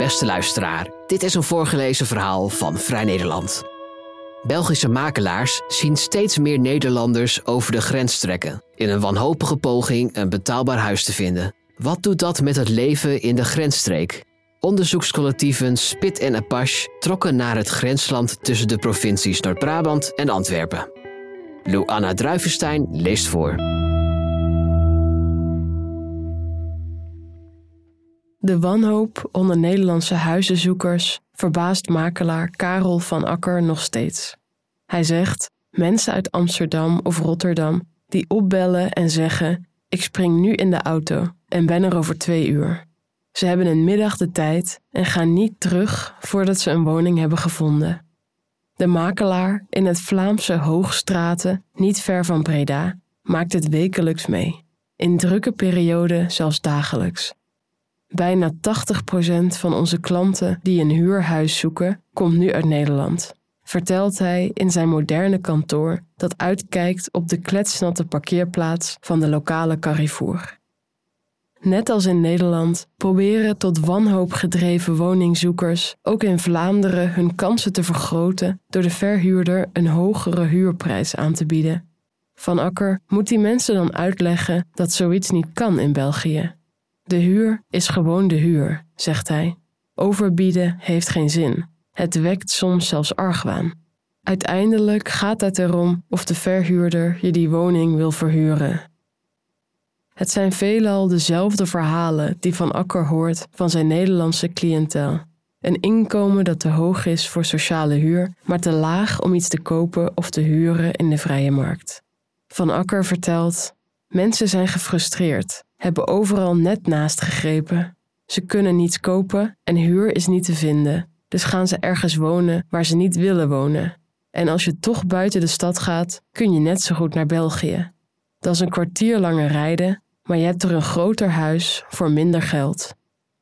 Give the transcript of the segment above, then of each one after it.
beste luisteraar. Dit is een voorgelezen verhaal van Vrij Nederland. Belgische makelaars zien steeds meer Nederlanders over de grens trekken, in een wanhopige poging een betaalbaar huis te vinden. Wat doet dat met het leven in de grensstreek? Onderzoekscollectieven Spit en Apache trokken naar het grensland tussen de provincies Noord-Brabant en Antwerpen. Lou-Anna Druivenstein leest voor. De wanhoop onder Nederlandse huizenzoekers verbaast makelaar Karel van Akker nog steeds. Hij zegt, mensen uit Amsterdam of Rotterdam die opbellen en zeggen, ik spring nu in de auto en ben er over 2 uur. Ze hebben een middag de tijd en gaan niet terug voordat ze een woning hebben gevonden. De makelaar in het Vlaamse Hoogstraten, niet ver van Breda, maakt het wekelijks mee. In drukke perioden zelfs dagelijks. Bijna 80% van onze klanten die een huurhuis zoeken, komt nu uit Nederland, vertelt hij in zijn moderne kantoor dat uitkijkt op de kletsnatte parkeerplaats van de lokale Carrefour. Net als in Nederland proberen tot wanhoop gedreven woningzoekers ook in Vlaanderen hun kansen te vergroten door de verhuurder een hogere huurprijs aan te bieden. Van Akker moet die mensen dan uitleggen dat zoiets niet kan in België. De huur is gewoon de huur, zegt hij. Overbieden heeft geen zin. Het wekt soms zelfs argwaan. Uiteindelijk gaat het erom of de verhuurder je die woning wil verhuren. Het zijn veelal dezelfde verhalen die Van Akker hoort van zijn Nederlandse cliëntel. Een inkomen dat te hoog is voor sociale huur, maar te laag om iets te kopen of te huren in de vrije markt. Van Akker vertelt, mensen zijn gefrustreerd, hebben overal net naast gegrepen. Ze kunnen niets kopen en huur is niet te vinden, dus gaan ze ergens wonen waar ze niet willen wonen. En als je toch buiten de stad gaat, kun je net zo goed naar België. Dat is een kwartier langer rijden, maar je hebt er een groter huis voor minder geld.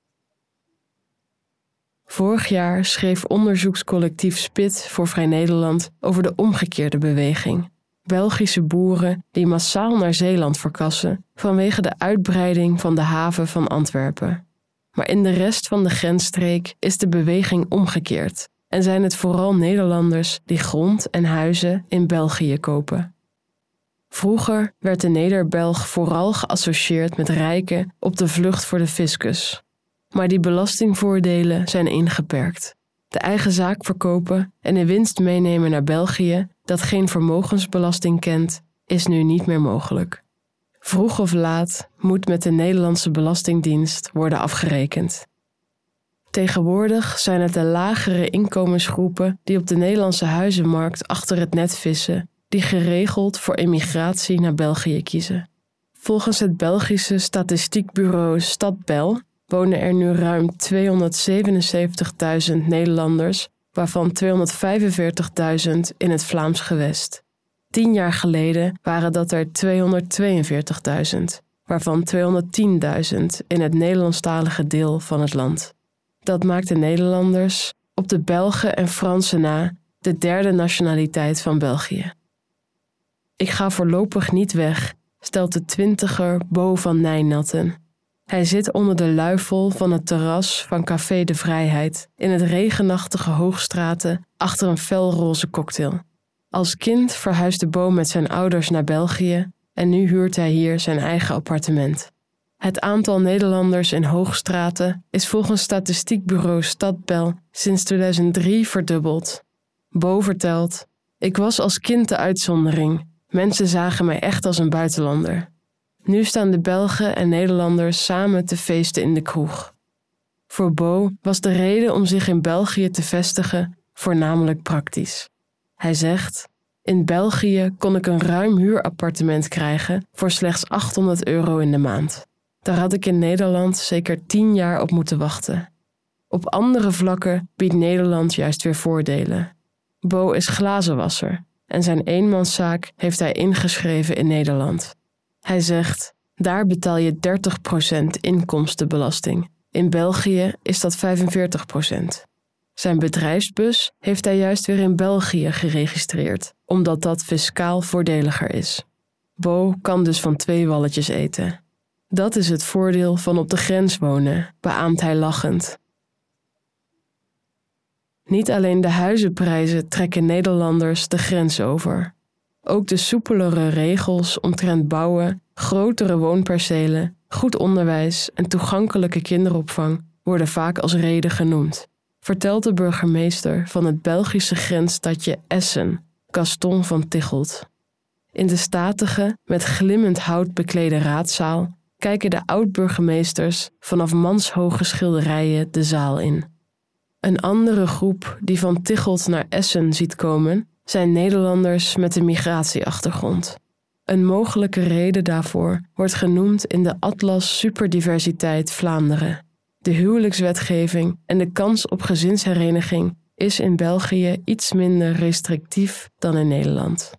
Vorig jaar schreef onderzoekscollectief Spit voor Vrij Nederland over de omgekeerde beweging. Belgische boeren die massaal naar Zeeland verkassen vanwege de uitbreiding van de haven van Antwerpen. Maar in de rest van de grensstreek is de beweging omgekeerd en zijn het vooral Nederlanders die grond en huizen in België kopen. Vroeger werd de Neder-Belg vooral geassocieerd met rijken op de vlucht voor de fiscus. Maar die belastingvoordelen zijn ingeperkt. De eigen zaak verkopen en de winst meenemen naar België, dat geen vermogensbelasting kent, is nu niet meer mogelijk. Vroeg of laat moet met de Nederlandse Belastingdienst worden afgerekend. Tegenwoordig zijn het de lagere inkomensgroepen die op de Nederlandse huizenmarkt achter het net vissen, die geregeld voor emigratie naar België kiezen. Volgens het Belgische statistiekbureau Stadbel wonen er nu ruim 277.000 Nederlanders, waarvan 245.000 in het Vlaams gewest. 10 jaar geleden waren dat er 242.000, waarvan 210.000 in het Nederlandstalige deel van het land. Dat maakt de Nederlanders, op de Belgen en Fransen na, de 3e nationaliteit van België. Ik ga voorlopig niet weg, stelt de 20er Bo van Nijnatten. Hij zit onder de luifel van het terras van Café de Vrijheid in het regenachtige Hoogstraten achter een felroze cocktail. Als kind verhuisde Bo met zijn ouders naar België en nu huurt hij hier zijn eigen appartement. Het aantal Nederlanders in Hoogstraten is volgens statistiekbureau Stadbel sinds 2003 verdubbeld. Bo vertelt, ik was als kind de uitzondering. Mensen zagen mij echt als een buitenlander. Nu staan de Belgen en Nederlanders samen te feesten in de kroeg. Voor Bo was de reden om zich in België te vestigen voornamelijk praktisch. Hij zegt, in België kon ik een ruim huurappartement krijgen voor slechts €800 in de maand. Daar had ik in Nederland zeker 10 jaar op moeten wachten. Op andere vlakken biedt Nederland juist weer voordelen. Bo is glazenwasser en zijn eenmanszaak heeft hij ingeschreven in Nederland. Hij zegt, daar betaal je 30% inkomstenbelasting. In België is dat 45%. Zijn bedrijfsbus heeft hij juist weer in België geregistreerd, omdat dat fiscaal voordeliger is. Bo kan dus van 2 walletjes eten. Dat is het voordeel van op de grens wonen, beaamt hij lachend. Niet alleen de huizenprijzen trekken Nederlanders de grens over. Ook de soepelere regels omtrent bouwen, grotere woonpercelen, goed onderwijs en toegankelijke kinderopvang worden vaak als reden genoemd, vertelt de burgemeester van het Belgische grensstadje Essen, Gaston van Tichelt. In de statige, met glimmend hout beklede raadzaal kijken de oud-burgemeesters vanaf manshoge schilderijen de zaal in. Een andere groep die van Tichelt naar Essen ziet komen, zijn Nederlanders met een migratieachtergrond. Een mogelijke reden daarvoor wordt genoemd in de Atlas Superdiversiteit Vlaanderen. De huwelijkswetgeving en de kans op gezinshereniging is in België iets minder restrictief dan in Nederland.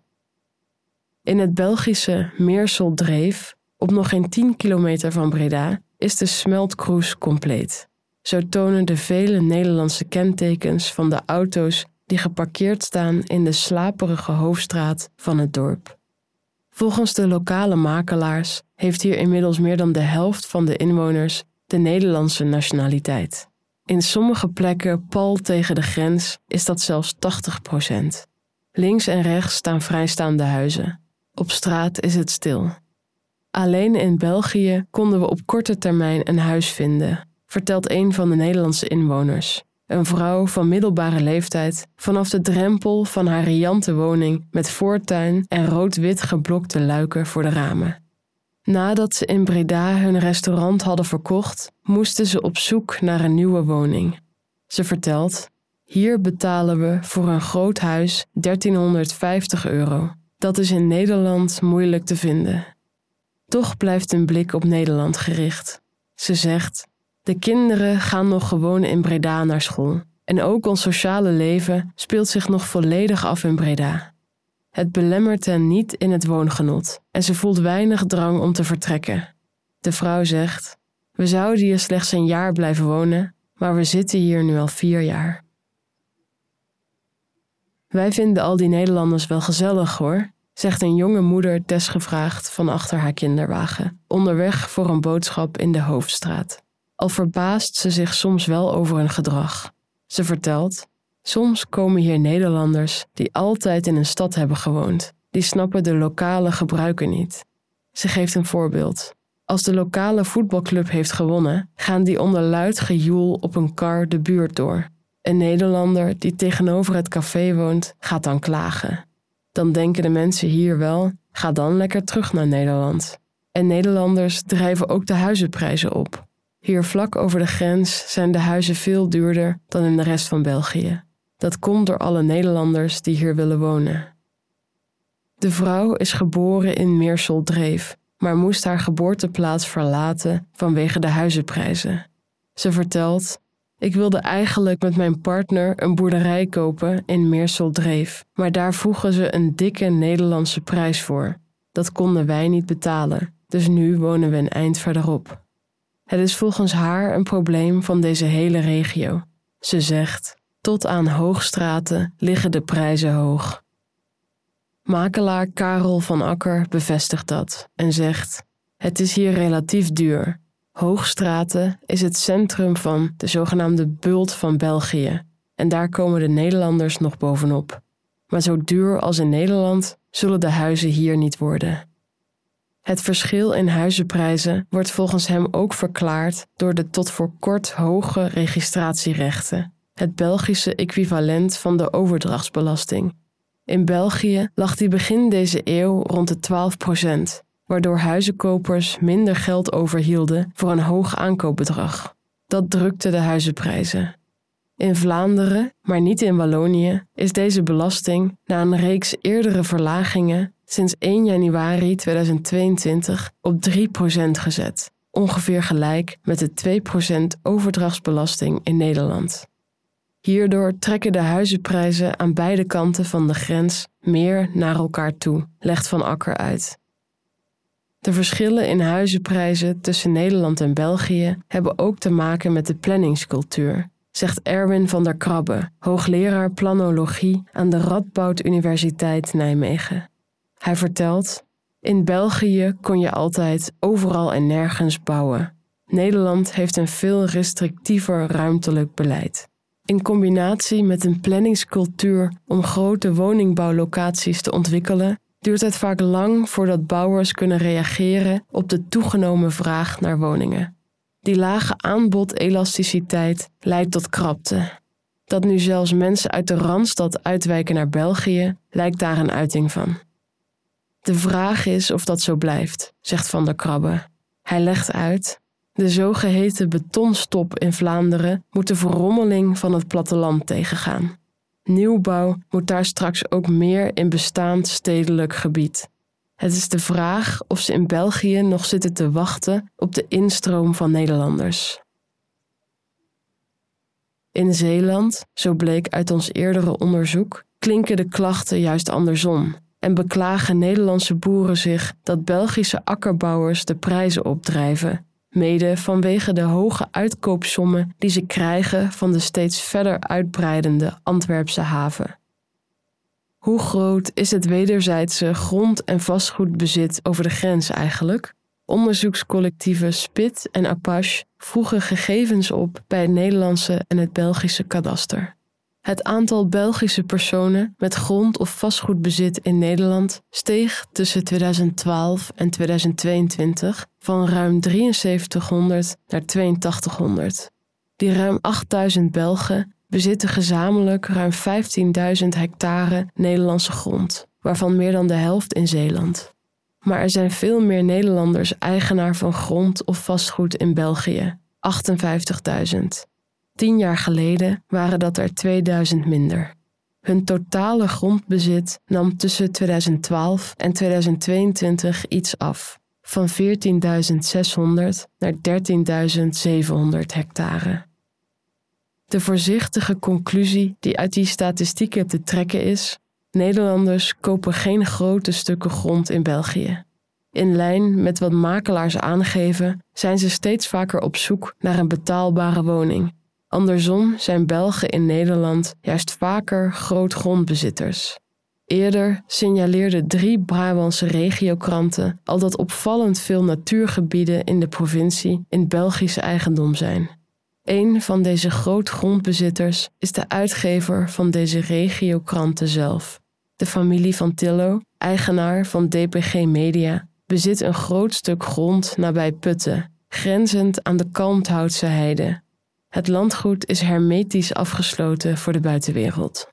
In het Belgische Meerseldreef, op nog geen 10 kilometer van Breda, is de smeltkroes compleet. Zo tonen de vele Nederlandse kentekens van de auto's die geparkeerd staan in de slaperige hoofdstraat van het dorp. Volgens de lokale makelaars heeft hier inmiddels meer dan de helft van de inwoners de Nederlandse nationaliteit. In sommige plekken pal tegen de grens is dat zelfs 80%. Links en rechts staan vrijstaande huizen. Op straat is het stil. Alleen in België konden we op korte termijn een huis vinden, vertelt een van de Nederlandse inwoners. Een vrouw van middelbare leeftijd vanaf de drempel van haar riante woning met voortuin en rood-wit geblokte luiken voor de ramen. Nadat ze in Breda hun restaurant hadden verkocht, moesten ze op zoek naar een nieuwe woning. Ze vertelt: hier betalen we voor een groot huis €1350. Dat is in Nederland moeilijk te vinden. Toch blijft een blik op Nederland gericht. Ze zegt: de kinderen gaan nog gewoon in Breda naar school. En ook ons sociale leven speelt zich nog volledig af in Breda. Het belemmert hen niet in het woongenot en ze voelt weinig drang om te vertrekken. De vrouw zegt: we zouden hier slechts een jaar blijven wonen, maar we zitten hier nu al 4 jaar. Wij vinden al die Nederlanders wel gezellig hoor, zegt een jonge moeder desgevraagd van achter haar kinderwagen, onderweg voor een boodschap in de Hoofdstraat. Al verbaast ze zich soms wel over hun gedrag. Ze vertelt: soms komen hier Nederlanders die altijd in een stad hebben gewoond. Die snappen de lokale gebruiken niet. Ze geeft een voorbeeld. Als de lokale voetbalclub heeft gewonnen, gaan die onder luid gejoel op een kar de buurt door. Een Nederlander die tegenover het café woont, gaat dan klagen. Dan denken de mensen hier wel: ga dan lekker terug naar Nederland. En Nederlanders drijven ook de huizenprijzen op. Hier vlak over de grens zijn de huizen veel duurder dan in de rest van België. Dat komt door alle Nederlanders die hier willen wonen. De vrouw is geboren in Meerseldreef, maar moest haar geboorteplaats verlaten vanwege de huizenprijzen. Ze vertelt: ik wilde eigenlijk met mijn partner een boerderij kopen in Meerseldreef, maar daar vroegen ze een dikke Nederlandse prijs voor. Dat konden wij niet betalen, dus nu wonen we een eind verderop. Het is volgens haar een probleem van deze hele regio. Ze zegt: tot aan Hoogstraten liggen de prijzen hoog. Makelaar Karel van Akker bevestigt dat en zegt: het is hier relatief duur. Hoogstraten is het centrum van de zogenaamde bult van België en daar komen de Nederlanders nog bovenop. Maar zo duur als in Nederland zullen de huizen hier niet worden. Het verschil in huizenprijzen wordt volgens hem ook verklaard door de tot voor kort hoge registratierechten, het Belgische equivalent van de overdrachtsbelasting. In België lag die begin deze eeuw rond de 12%, waardoor huizenkopers minder geld overhielden voor een hoog aankoopbedrag. Dat drukte de huizenprijzen. In Vlaanderen, maar niet in Wallonië, is deze belasting na een reeks eerdere verlagingen sinds 1 januari 2022 op 3% gezet, ongeveer gelijk met de 2% overdrachtsbelasting in Nederland. Hierdoor trekken de huizenprijzen aan beide kanten van de grens meer naar elkaar toe, legt Van Akker uit. De verschillen in huizenprijzen tussen Nederland en België hebben ook te maken met de planningscultuur, zegt Erwin van der Krabbe, hoogleraar planologie aan de Radboud Universiteit Nijmegen. Hij vertelt: in België kon je altijd overal en nergens bouwen. Nederland heeft een veel restrictiever ruimtelijk beleid. In combinatie met een planningscultuur om grote woningbouwlocaties te ontwikkelen, duurt het vaak lang voordat bouwers kunnen reageren op de toegenomen vraag naar woningen. Die lage aanbodelasticiteit leidt tot krapte. Dat nu zelfs mensen uit de Randstad uitwijken naar België, lijkt daar een uiting van. De vraag is of dat zo blijft, zegt Van der Krabbe. Hij legt uit: de zogeheten betonstop in Vlaanderen moet de verrommeling van het platteland tegengaan. Nieuwbouw moet daar straks ook meer in bestaand stedelijk gebied. Het is de vraag of ze in België nog zitten te wachten op de instroom van Nederlanders. In Zeeland, zo bleek uit ons eerdere onderzoek, klinken de klachten juist andersom en beklagen Nederlandse boeren zich dat Belgische akkerbouwers de prijzen opdrijven, mede vanwege de hoge uitkoopsommen die ze krijgen van de steeds verder uitbreidende Antwerpse haven. Hoe groot is het wederzijdse grond- en vastgoedbezit over de grens eigenlijk? Onderzoekscollectieven Spit en Apache vroegen gegevens op bij het Nederlandse en het Belgische kadaster. Het aantal Belgische personen met grond- of vastgoedbezit in Nederland steeg tussen 2012 en 2022 van ruim 7300 naar 8200. Die ruim 8000 Belgen bezitten gezamenlijk ruim 15.000 hectare Nederlandse grond, waarvan meer dan de helft in Zeeland. Maar er zijn veel meer Nederlanders eigenaar van grond of vastgoed in België, 58.000. 10 jaar geleden waren dat er 2000 minder. Hun totale grondbezit nam tussen 2012 en 2022 iets af, van 14.600 naar 13.700 hectare. De voorzichtige conclusie die uit die statistieken te trekken is: Nederlanders kopen geen grote stukken grond in België. In lijn met wat makelaars aangeven, zijn ze steeds vaker op zoek naar een betaalbare woning. Andersom zijn Belgen in Nederland juist vaker grootgrondbezitters. Eerder signaleerden 3 Brabantse regiokranten al dat opvallend veel natuurgebieden in de provincie in Belgische eigendom zijn. Een van deze grootgrondbezitters is de uitgever van deze regiokranten zelf. De familie van Tillo, eigenaar van DPG Media, bezit een groot stuk grond nabij Putten, grenzend aan de Kalmthoutse heide. Het landgoed is hermetisch afgesloten voor de buitenwereld.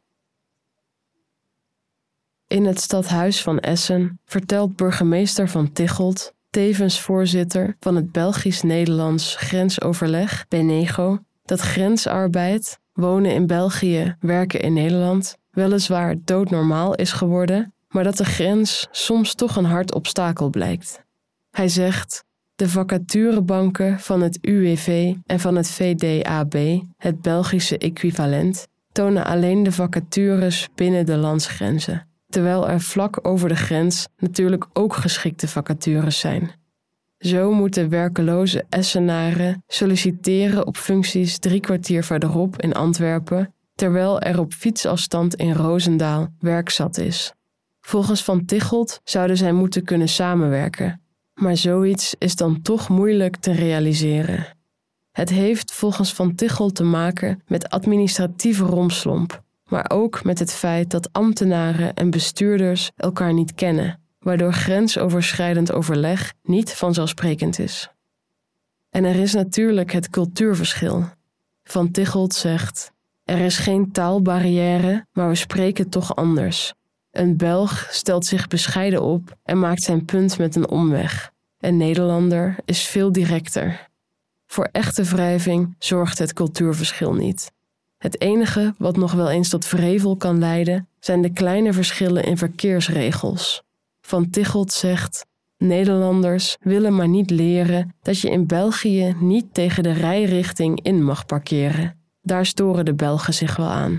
In het stadhuis van Essen vertelt burgemeester van Tichelt, tevens voorzitter van het Belgisch-Nederlands grensoverleg, BENEGO, dat grensarbeid, wonen in België, werken in Nederland, weliswaar doodnormaal is geworden, maar dat de grens soms toch een hard obstakel blijkt. Hij zegt: de vacaturebanken van het UWV en van het VDAB, het Belgische equivalent, tonen alleen de vacatures binnen de landsgrenzen, terwijl er vlak over de grens natuurlijk ook geschikte vacatures zijn. Zo moeten werkeloze Essenaren solliciteren op functies 3 kwartier verderop in Antwerpen, terwijl er op fietsafstand in Roosendaal werk zat is. Volgens Van Tichelt zouden zij moeten kunnen samenwerken, maar zoiets is dan toch moeilijk te realiseren. Het heeft volgens Van Tichelt te maken met administratieve rompslomp, maar ook met het feit dat ambtenaren en bestuurders elkaar niet kennen, waardoor grensoverschrijdend overleg niet vanzelfsprekend is. En er is natuurlijk het cultuurverschil. Van Tichelt zegt: er is geen taalbarrière, maar we spreken toch anders. Een Belg stelt zich bescheiden op en maakt zijn punt met een omweg. Een Nederlander is veel directer. Voor echte wrijving zorgt het cultuurverschil niet. Het enige wat nog wel eens tot wrevel kan leiden, zijn de kleine verschillen in verkeersregels. Van Tichelt zegt: Nederlanders willen maar niet leren dat je in België niet tegen de rijrichting in mag parkeren. Daar storen de Belgen zich wel aan.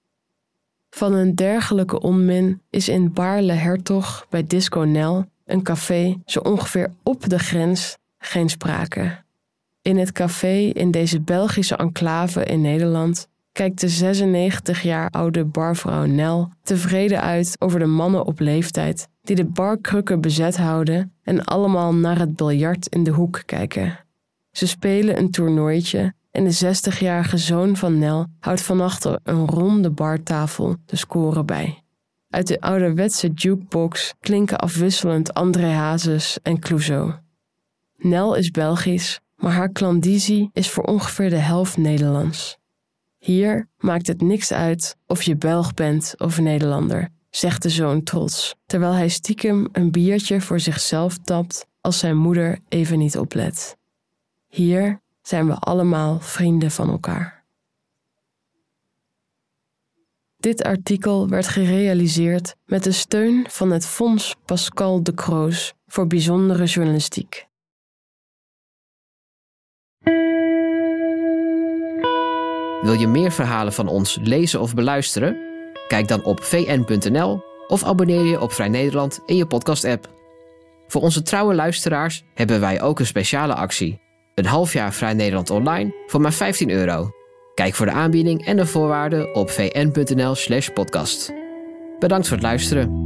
Van een dergelijke onmin is in Baarle-Hertog bij Disco Nel, een café zo ongeveer op de grens, geen sprake. In het café in deze Belgische enclave in Nederland kijkt de 96 jaar oude barvrouw Nel tevreden uit over de mannen op leeftijd die de barkrukken bezet houden en allemaal naar het biljart in de hoek kijken. Ze spelen een toernooitje en de 60-jarige zoon van Nel houdt vannacht een ronde bartafel de score bij. Uit de ouderwetse jukebox klinken afwisselend André Hazes en Clouseau. Nel is Belgisch, maar haar klandizie is voor ongeveer de helft Nederlands. Hier maakt het niks uit of je Belg bent of Nederlander, zegt de zoon trots, terwijl hij stiekem een biertje voor zichzelf tapt als zijn moeder even niet oplet. Hier zijn we allemaal vrienden van elkaar. Dit artikel werd gerealiseerd met de steun van het Fonds Pascal de Croos voor bijzondere journalistiek. Wil je meer verhalen van ons lezen of beluisteren? Kijk dan op vn.nl of abonneer je op Vrij Nederland in je podcast-app. Voor onze trouwe luisteraars hebben wij ook een speciale actie. Een half jaar Vrij Nederland online voor maar €15. Kijk voor de aanbieding en de voorwaarden op vn.nl/podcast. Bedankt voor het luisteren.